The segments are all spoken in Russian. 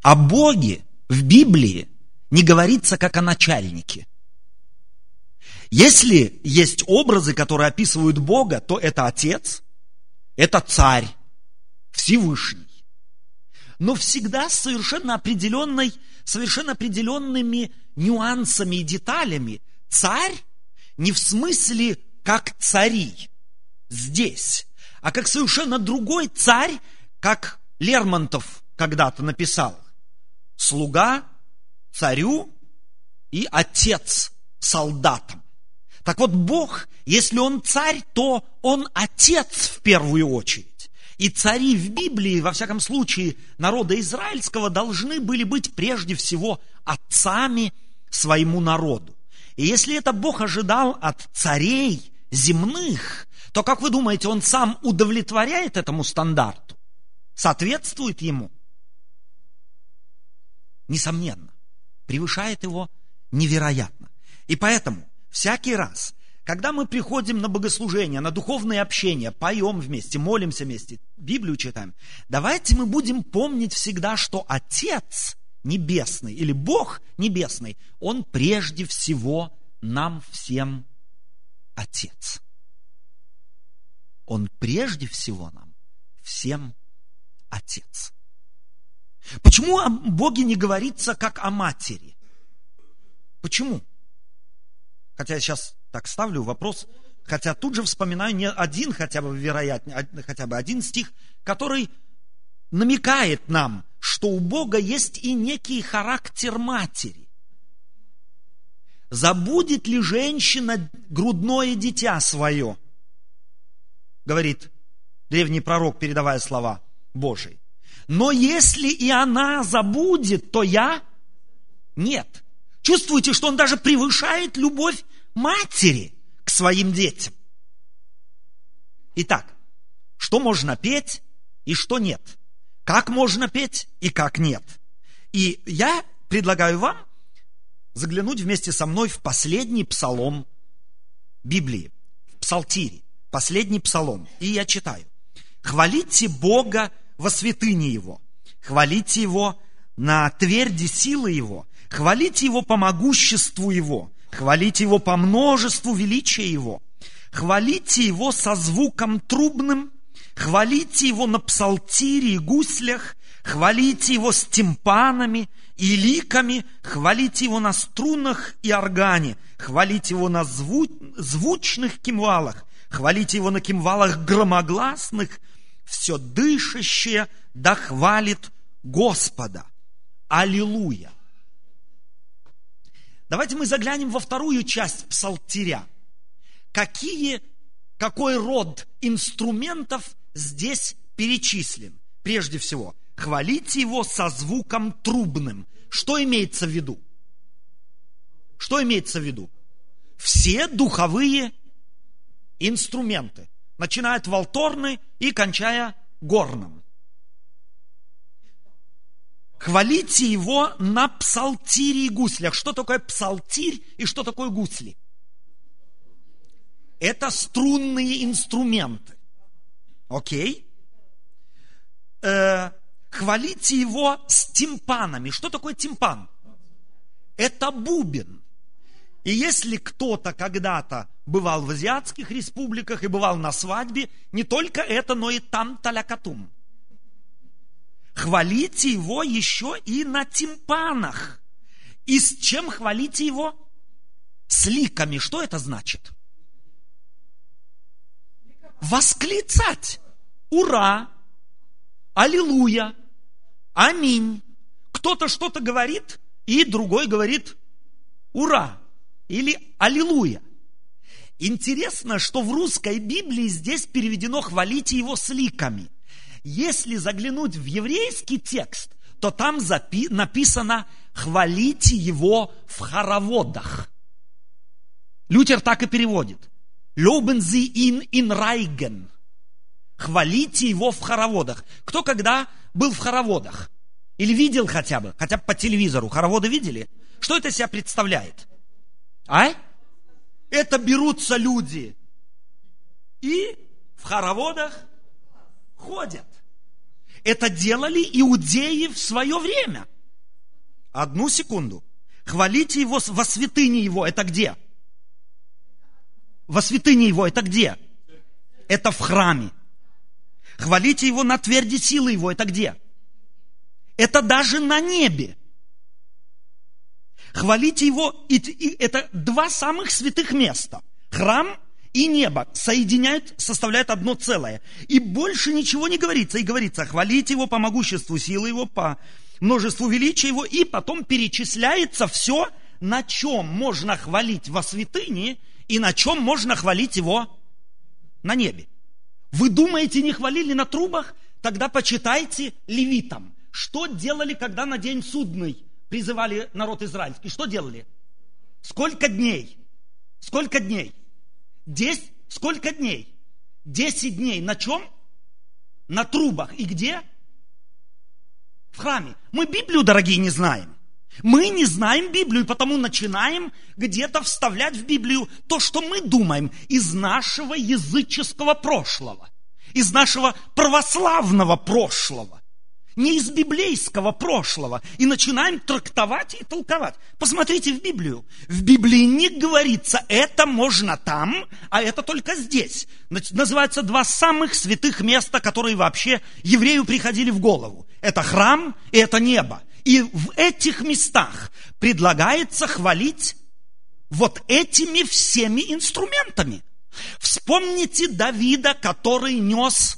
О Боге в Библии не говорится как о начальнике. Если есть образы, которые описывают Бога, то это Отец, это Царь, Всевышний. Но всегда с совершенно определенными нюансами и деталями. Царь не в смысле как цари здесь, а как совершенно другой царь, как Лермонтов когда-то написал. Слуга царю и отец солдатам. Так вот, Бог, если Он царь, то Он отец в первую очередь. И цари в Библии, во всяком случае, народа израильского, должны были быть прежде всего отцами своему народу. И если это Бог ожидал от царей земных, то, как вы думаете, Он сам удовлетворяет этому стандарту? Соответствует ему? Несомненно. Превышает его невероятно. И поэтому всякий раз, когда мы приходим на богослужение, на духовное общение, поем вместе, молимся вместе, Библию читаем, давайте мы будем помнить всегда, что Отец Небесный или Бог Небесный, Он прежде всего нам всем Отец. Он прежде всего нам всем Отец. Почему о Боге не говорится как о матери? Почему? Хотя я сейчас так ставлю вопрос, хотя тут же вспоминаю не один, хотя бы вероятнее, хотя бы один стих, который намекает нам, что у Бога есть и некий характер матери. Забудет ли женщина грудное дитя свое? Говорит древний пророк, передавая слова Божии. Но если и она забудет, то я нет. Чувствуете, что он даже превышает любовь матери к своим детям. Итак, что можно петь и что нет? Как можно петь и как нет? И я предлагаю вам заглянуть вместе со мной в последний псалом Библии, в Псалтире, последний псалом. И я читаю. «Хвалите Бога во святыне Его, хвалите Его на тверди силы Его, хвалите Его по могуществу Его, хвалите Его по множеству величия Его, хвалите Его со звуком трубным, хвалите Его на псалтире и гуслях, хвалите Его с тимпанами и ликами, хвалите Его на струнах и органе, хвалите Его на звучных кимвалах, хвалите Его на кимвалах громогласных, все дышащее да хвалит Господа. Аллилуйя!» Давайте мы заглянем во вторую часть псалтиря. Какой род инструментов здесь перечислен? Прежде всего, хвалите Его со звуком трубным. Что имеется в виду? Что имеется в виду? Все духовые инструменты, начиная от валторны и кончая горном. Хвалите Его на псалтире и гуслях. Что такое псалтирь и что такое гусли? Это струнные инструменты. Окей? Хвалите Его с тимпанами. Что такое тимпан? Это бубен. И если кто-то когда-то бывал в азиатских республиках и бывал на свадьбе, не только это, но и там талякатум. Хвалите Его еще и на тимпанах. И с чем хвалите Его? С ликами. Что это значит? Восклицать. Ура! Аллилуйя! Аминь! Кто-то что-то говорит, и другой говорит ура! Или аллилуйя! Интересно, что в русской Библии здесь переведено «хвалите Его с ликами». Если заглянуть в еврейский текст, то там написано «хвалите Его в хороводах». Лютер так и переводит. «Loben Sie ihn in Reigen». Хвалите Его в хороводах. Кто когда был в хороводах? Или видел хотя бы по телевизору. Хороводы видели? Что это себя представляет? Это берутся люди и в хороводах ходят. Это делали иудеи в свое время. Одну секунду. Хвалите его во святыне его. Это где? Во святыне его. Это где? Это в храме. Хвалите его на тверди силы его. Это где? Это даже на небе. Хвалите его. Это два самых святых места. Храм и небо соединяют, составляют одно целое. И больше ничего не говорится. И говорится, хвалите его по могуществу силы его, по множеству величия его. И потом перечисляется все, на чем можно хвалить во святыне и на чем можно хвалить его на небе. Вы думаете, не хвалили на трубах? Тогда почитайте левитам. Что делали, когда на день судный призывали народ израильский? Что делали? Сколько дней? Сколько дней? 10? Сколько дней? 10 дней. На чем? На трубах. И где? В храме. Мы Библию, дорогие, не знаем. Мы не знаем Библию, потому начинаем где-то вставлять в Библию то, что мы думаем из нашего языческого прошлого, из нашего православного прошлого, не из библейского прошлого, и начинаем трактовать и толковать. Посмотрите в Библию. В Библии не говорится, это можно там, а это только здесь. Называются два самых святых места, которые вообще еврею приходили в голову. Это храм и это небо. И в этих местах предлагается хвалить вот этими всеми инструментами. Вспомните Давида, который нес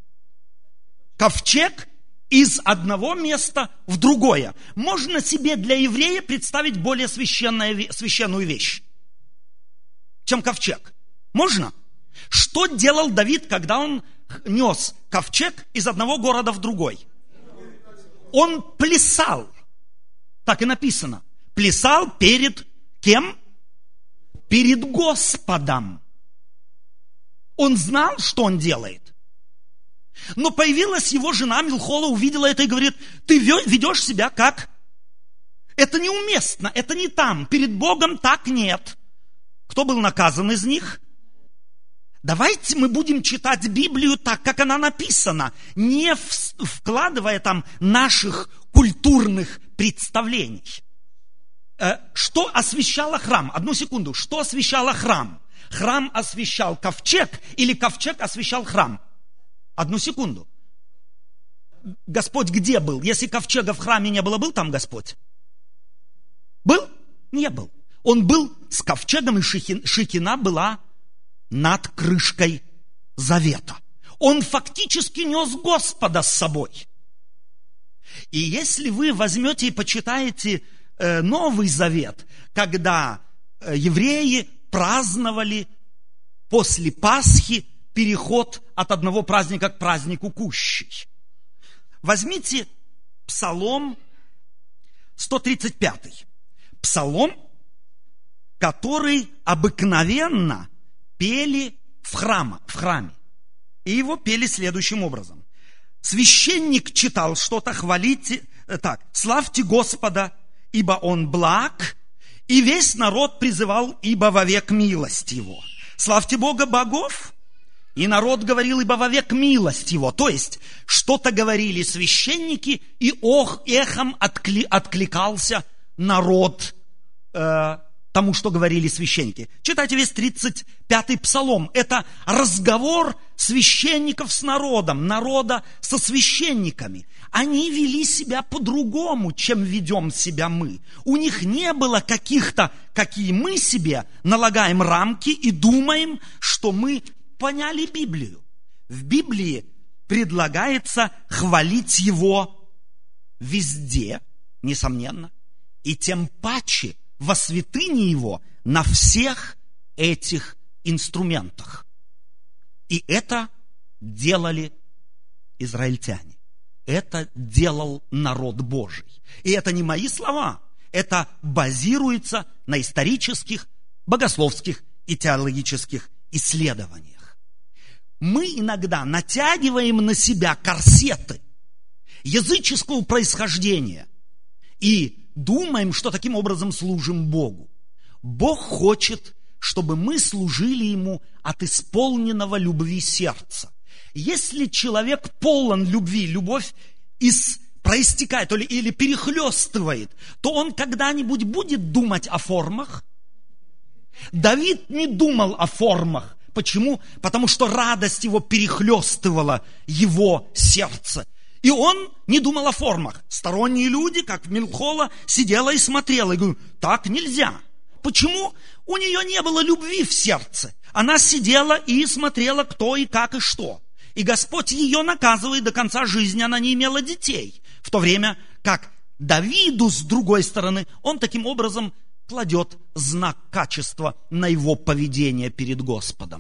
ковчег из одного места в другое. Можно себе для еврея представить более священную вещь, чем ковчег. Можно? Что делал Давид, когда он нес ковчег из одного города в другой? Он плясал. Так и написано. Плясал перед кем? Перед Господом. Он знал, что он делает. Но появилась его жена Милхола, увидела это и говорит, ты ведешь себя как? Это неуместно, это не там. Перед Богом так нет. Кто был наказан из них? Давайте мы будем читать Библию так, как она написана, не вкладывая там наших культурных представлений. Что освящало храм? Одну секунду. Что освящало храм? Храм освящал ковчег или ковчег освящал храм? Одну секунду. Господь где был? Если ковчега в храме не было, был там Господь? Был? Не был. Он был с ковчегом, и шекина была над крышкой завета. Он фактически нес Господа с собой. И если вы возьмете и почитаете Новый Завет, когда евреи праздновали после Пасхи переход от одного праздника к празднику кущей. Возьмите Псалом 135. Псалом, который обыкновенно пели в храме. И его пели следующим образом. Священник читал что-то, славьте Господа, ибо Он благ, и весь народ призывал, ибо вовек милость Его. Славьте Бога богов, и народ говорил, ибо вовек милость Его. То есть, что-то говорили священники, и эхом откликался народ тому, что говорили священники. Читайте весь 35-й псалом. Это разговор священников с народом, народа со священниками. Они вели себя по-другому, чем ведем себя мы. У них не было каких-то, какие мы себе налагаем рамки и думаем, что мы поняли Библию. В Библии предлагается хвалить Его везде, несомненно, и тем паче во святыне Его на всех этих инструментах. И это делали израильтяне. Это делал народ Божий. И это не мои слова. Это базируется на исторических, богословских и теологических исследованиях. Мы иногда натягиваем на себя корсеты языческого происхождения и думаем, что таким образом служим Богу. Бог хочет, чтобы мы служили Ему от исполненного любви сердца. Если человек полон любви, любовь проистекает или перехлестывает, то он когда-нибудь будет думать о формах? Давид не думал о формах. Почему? Потому что радость его перехлестывала его сердце. И он не думал о формах. Сторонние люди, как Милхола, сидела и смотрела. И говорю, так нельзя. Почему? У нее не было любви в сердце. Она сидела и смотрела, кто и как и что. И Господь ее наказывает, до конца жизни она не имела детей. В то время как Давиду, с другой стороны, он таким образом кладет знак качества на его поведение перед Господом.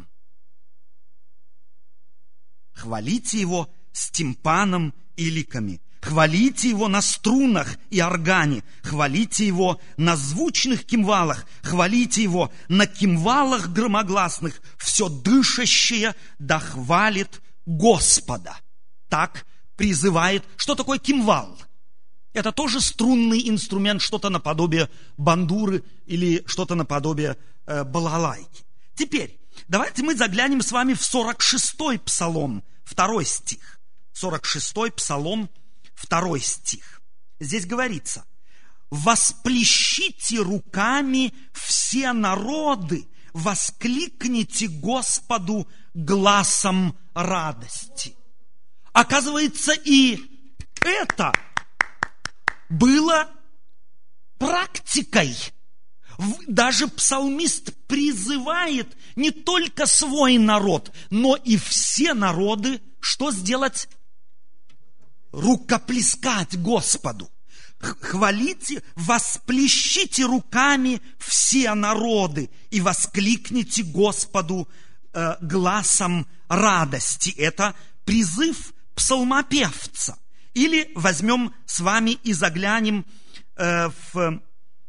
Хвалите его с тимпаном и ликами. Хвалите его на струнах и органе. Хвалите его на звучных кимвалах. Хвалите его на кимвалах громогласных. Все дышащее да хвалит Господа. Так призывает. Что такое кимвал? Это тоже струнный инструмент, что-то наподобие бандуры или что-то наподобие балалайки. Теперь, давайте мы заглянем с вами в 46-й псалом, 2 стих. 46-й псалом, 2 стих. Здесь говорится: «Восплещите руками все народы, воскликните Господу гласом радости». Оказывается, и это было практикой. Даже псалмист призывает не только свой народ, но и все народы, что сделать? Рукоплескать Господу. Хвалите, восплещите руками все народы и воскликните Господу гласом радости. Это призыв псалмопевца. Или возьмем с вами и заглянем в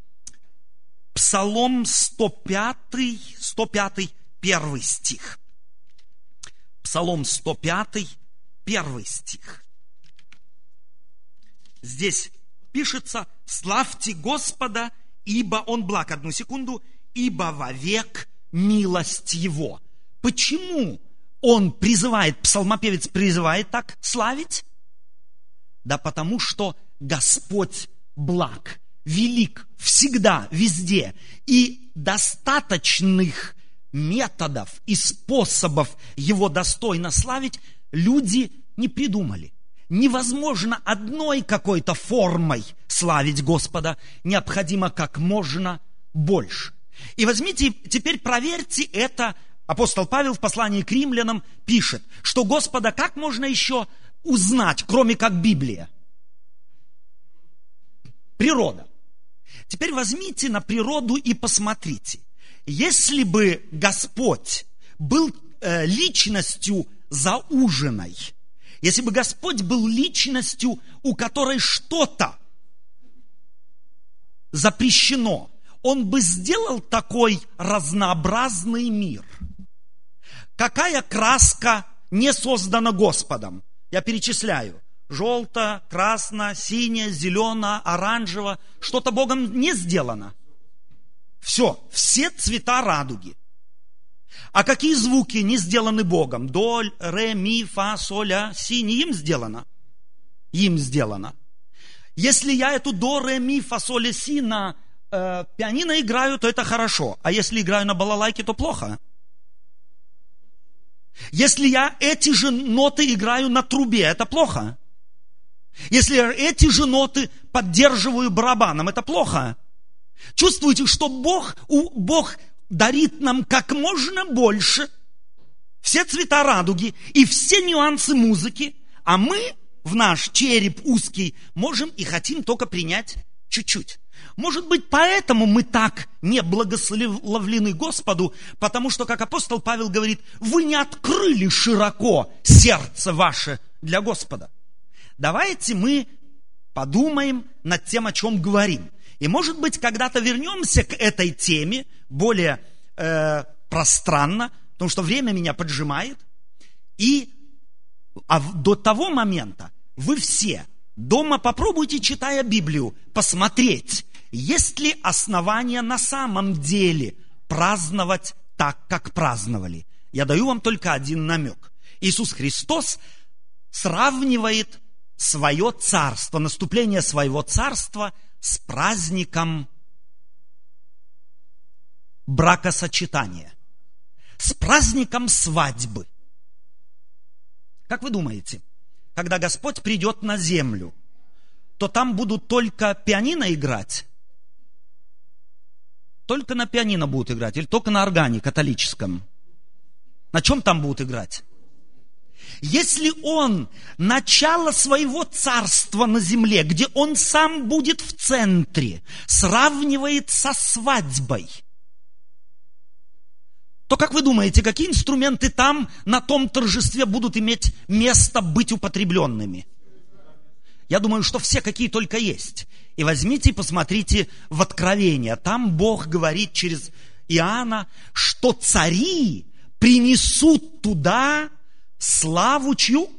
Псалом 105, 1 стих. Псалом 105, 1 стих. Здесь пишется: «Славьте Господа, ибо Он благ». Одну секунду. «Ибо вовек милость Его». Почему он призывает, псалмопевец призывает так славить? Да потому что Господь благ, велик всегда, везде. И достаточных методов и способов Его достойно славить люди не придумали. Невозможно одной какой-то формой славить Господа, необходимо как можно больше. И возьмите, теперь проверьте это. Апостол Павел в послании к римлянам пишет, что Господа как можно еще узнать, кроме как Библия? Природа. Теперь возьмите на природу и посмотрите. Если бы Господь был личностью зауженной, если бы Господь был личностью, у которой что-то запрещено, Он бы сделал такой разнообразный мир. Какая краска не создана Господом? Я перечисляю. Желто, красно, сине, зелено, оранжево. Что-то Богом не сделано. Все цвета радуги. А какие звуки не сделаны Богом? До, ре, ми, фа, соль, ля, си. Не им сделано. Им сделано. Если я эту до, ре, ми, фа, соль, ля, си на пианино играю, то это хорошо. А если играю на балалайке, то плохо. Если я эти же ноты играю на трубе, это плохо. Если я эти же ноты поддерживаю барабаном, это плохо. Чувствуете, что Бог дарит нам как можно больше все цвета радуги и все нюансы музыки, а мы в наш череп узкий можем и хотим только принять чуть-чуть. Может быть, поэтому мы так не благословлены Господу, потому что, как апостол Павел говорит, вы не открыли широко сердце ваше для Господа. Давайте мы подумаем над тем, о чем говорим. И, может быть, когда-то вернемся к этой теме более пространно, потому что время меня поджимает. А до того момента вы все дома попробуйте, читая Библию, посмотреть, есть ли основания на самом деле праздновать так, как праздновали. Я даю вам только один намек. Иисус Христос сравнивает свое царство, наступление своего царства с праздником бракосочетания, с праздником свадьбы. Как вы думаете, когда Господь придет на землю, то там будут только пианино играть? Только на пианино будут играть или только на органе католическом? На чем там будут играть? Если Он начало своего царства на земле, где Он сам будет в центре, сравнивает со свадьбой, то как вы думаете, какие инструменты там на том торжестве будут иметь место быть употребленными? Я думаю, что все, какие только есть. И возьмите и посмотрите в Откровение. Там Бог говорит через Иоанна, что цари принесут туда славу чью?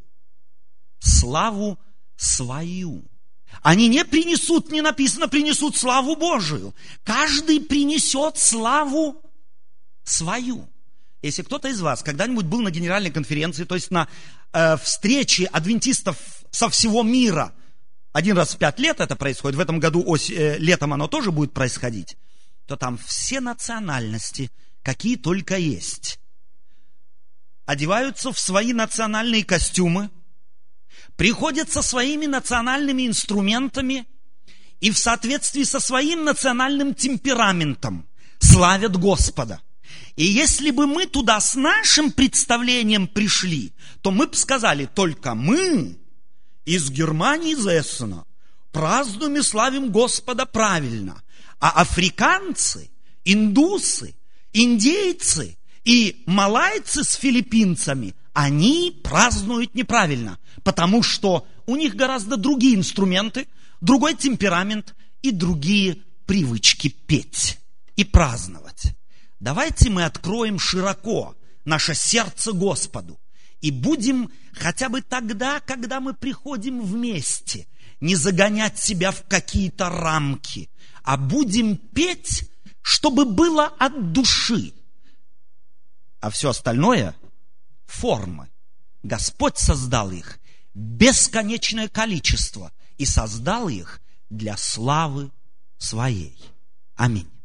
Славу свою. Они не принесут, не написано, принесут славу Божию. Каждый принесет славу свою. Если кто-то из вас когда-нибудь был на генеральной конференции, то есть на встрече адвентистов со всего мира, 1 раз в 5 лет это происходит, в этом году летом оно тоже будет происходить, то там все национальности, какие только есть, одеваются в свои национальные костюмы, приходят со своими национальными инструментами и в соответствии со своим национальным темпераментом славят Господа. И если бы мы туда с нашим представлением пришли, то мы бы сказали, только мы из Германии, из Эссена, празднуем и славим Господа правильно. А африканцы, индусы, индейцы и малайцы с филиппинцами, они празднуют неправильно, потому что у них гораздо другие инструменты, другой темперамент и другие привычки петь и праздновать. Давайте мы откроем широко наше сердце Господу и будем хотя бы тогда, когда мы приходим вместе, не загонять себя в какие-то рамки, а будем петь, чтобы было от души. А все остальное – формы. Господь создал их бесконечное количество и создал их для славы своей. Аминь.